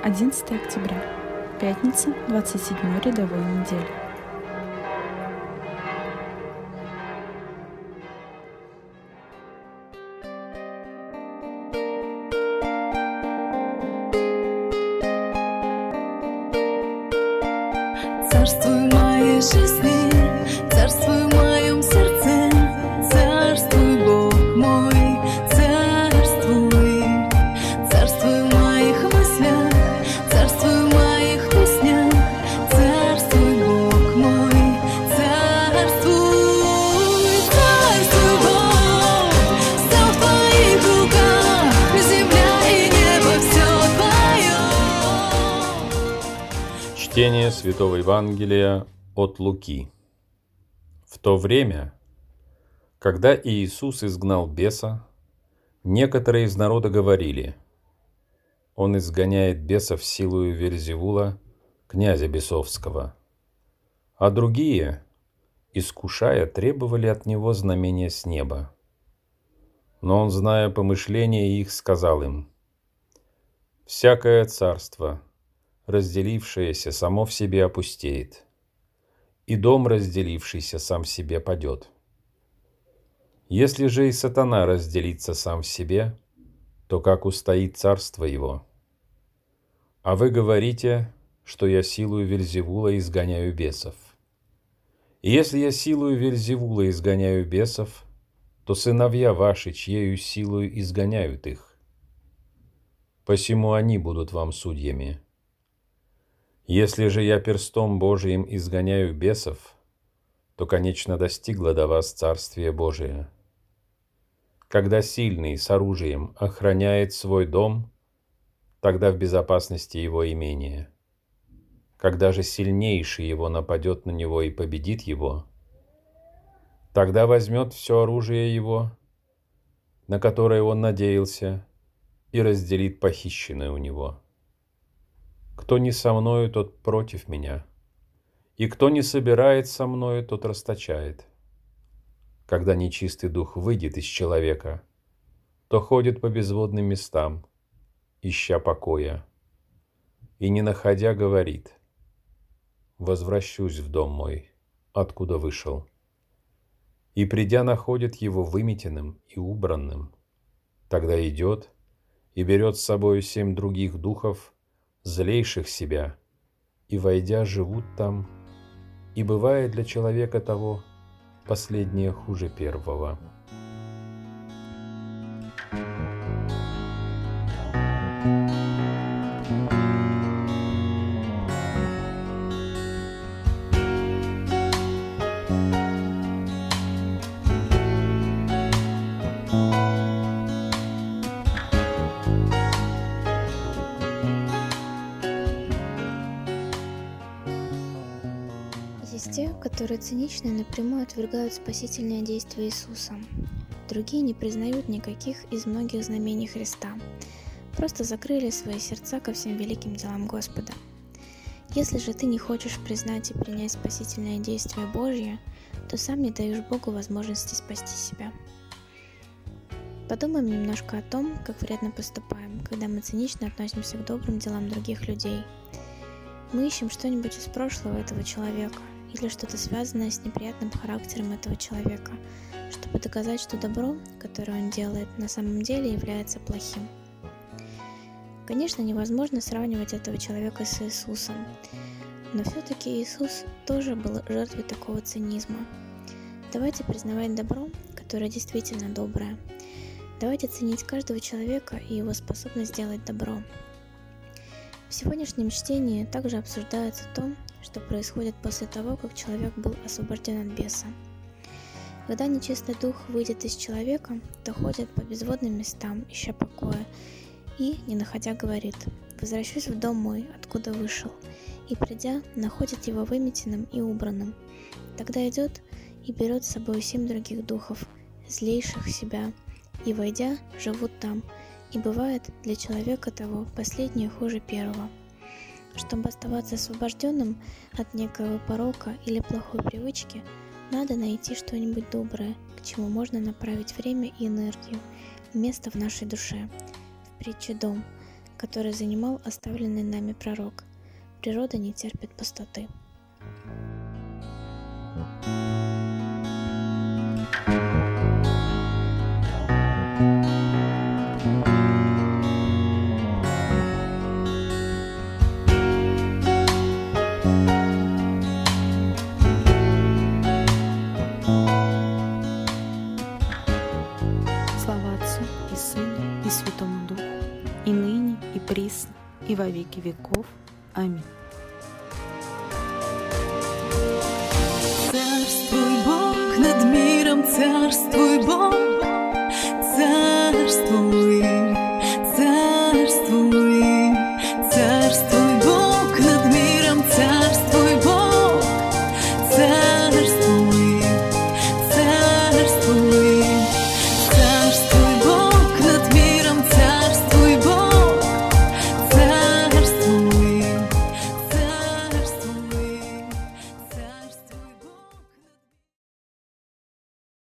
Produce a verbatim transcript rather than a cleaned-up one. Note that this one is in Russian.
одиннадцатое октября. Пятница, двадцать седьмой рядовой недели. Царствуй в моей жизни, царствуй в моем сердце, царствуй, Бог мой, царствуй, царствуй в моих мыслях, царствуй в моих песнях, царствуй, Бог мой, царствуй, царствуй, Бог, все в твоих руках, земля и небо, все твое. Чтение Святого Евангелия от Луки. В то время, когда Иисус изгнал беса, некоторые из народа говорили: «Он изгоняет бесов силою Вельзевула, князя бесовского». А другие, искушая, требовали от него знамения с неба. Но он, зная помышления их, сказал им: «Всякое царство, разделившееся, само в себе опустеет, и дом, разделившийся, сам в себе падет. Если же и сатана разделится сам в себе, то как устоит царство его? А вы говорите, что я силою Вельзевула изгоняю бесов. И если я силою Вельзевула изгоняю бесов, то сыновья ваши чьею силою изгоняют их? Посему они будут вам судьями. Если же я перстом Божиим изгоняю бесов, то, конечно, достигло до вас Царствие Божие. Когда сильный с оружием охраняет свой дом, тогда в безопасности его имение. Когда же сильнейший его нападет на него и победит его, тогда возьмет все оружие его, на которое он надеялся, и разделит похищенное у него. Кто не со мною, тот против меня, и кто не собирает со мною, тот расточает. Когда нечистый дух выйдет из человека, то ходит по безводным местам, ища покоя, и, не находя, говорит: «Возвращусь в дом мой, откуда вышел». И, придя, находит его выметенным и убранным. Тогда идет и берет с собою семь других духов, злейших себя, и, войдя, живут там, и бывает для человека того последнее хуже первого. Есть те, которые цинично и напрямую отвергают спасительное действие Иисуса. Другие не признают никаких из многих знамений Христа, просто закрыли свои сердца ко всем великим делам Господа. Если же ты не хочешь признать и принять спасительное действие Божье, то сам не даешь Богу возможности спасти себя. Подумаем немножко о том, как вредно поступаем, когда мы цинично относимся к добрым делам других людей. Мы ищем что-нибудь из прошлого этого человека или что-то связанное с неприятным характером этого человека, чтобы доказать, что добро, которое он делает, на самом деле является плохим. Конечно, невозможно сравнивать этого человека с Иисусом, но все-таки Иисус тоже был жертвой такого цинизма. Давайте признавать добро, которое действительно доброе. Давайте ценить каждого человека и его способность делать добро. В сегодняшнем чтении также обсуждается то, что происходит после того, как человек был освобожден от беса. Когда нечистый дух выйдет из человека, то ходит по безводным местам, ища покоя, и, не находя, говорит: «Возвращусь в дом мой, откуда вышел», и, придя, находит его выметенным и убранным. Тогда идет и берет с собой семь других духов, злейших себя, и, войдя, живут там, и бывает для человека того последнее хуже первого. Чтобы оставаться освобожденным от некоего порока или плохой привычки, надо найти что-нибудь доброе, к чему можно направить время и энергию, место в нашей душе. В притче «Дом», который занимал оставленный нами пророк. Природа не терпит пустоты. Слава Отцу и Сыну и Святому Духу, и ныне, и присно, и во веки веков. Аминь. Царствуй, Бог, над миром царствуй, Бог.